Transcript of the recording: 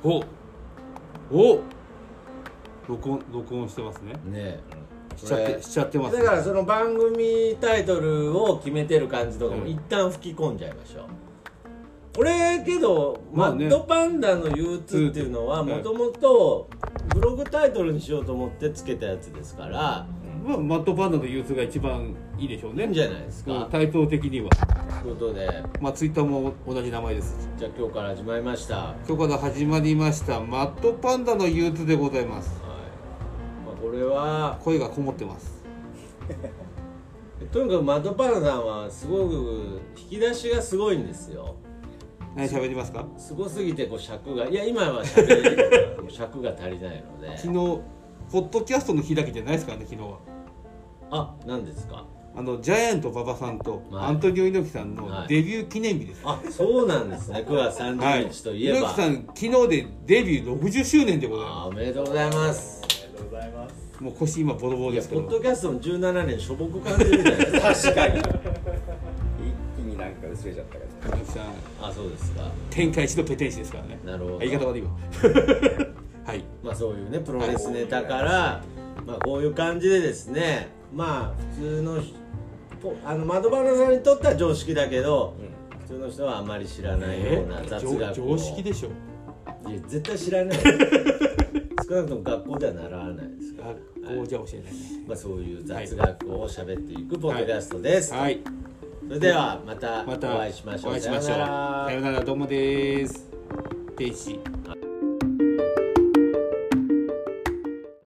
お録音してますね。 ねしちゃってます、 だからその番組タイトルを決めてる感じとかも一旦吹き込んじゃいましょう。これけど、マッドパンダの憂鬱っていうのはもともとブログタイトルにしようと思ってつけたやつですから、 マッドパンダの憂鬱が一番いいでしょうね。 いいんじゃないですか、 タイトル的には。 ということで、 ツイッターも同じ名前です。 じゃあ今日から始まりました。 今日から始まりましたマッドパンダの憂鬱でございます。 これは声がこもってますとにかくマッドパンダさんはすごく引き出しがすごいんですよ。 何喋りますか？ すごすぎて尺が今は尺が足りないので。 昨日ポッドキャストの日だけじゃないですからね。昨日は何ですか？ ジャイアント馬場さんとアントニオ猪木さんのデビュー記念日です。 そうなんですね。9月30日といえば、 猪木さん昨日でデビュー60周年でございます。 おめでとうございます。 もう腰今ボロボロですけど、 ポッドキャストの17年しょぼく感じるじゃないですか。 確かに一気になんか薄れちゃったから猪木さんそうですか。 天下一のペテン師ですからね。 なるほど。 言い方悪いわはい。 そういうねプロレスネタから、こういう感じでですね、普通のマドバナさんにとっては常識だけど、普通の人はあまり知らないような雑学を。 常識でしょ。 いや絶対知らない少なくとも学校では習わないですから。 学校じゃ教えないね。 そういう雑学を喋っていくポッドキャストです。 はい。 それではまたお会いしましょう。 さよなら。どうもです。天使。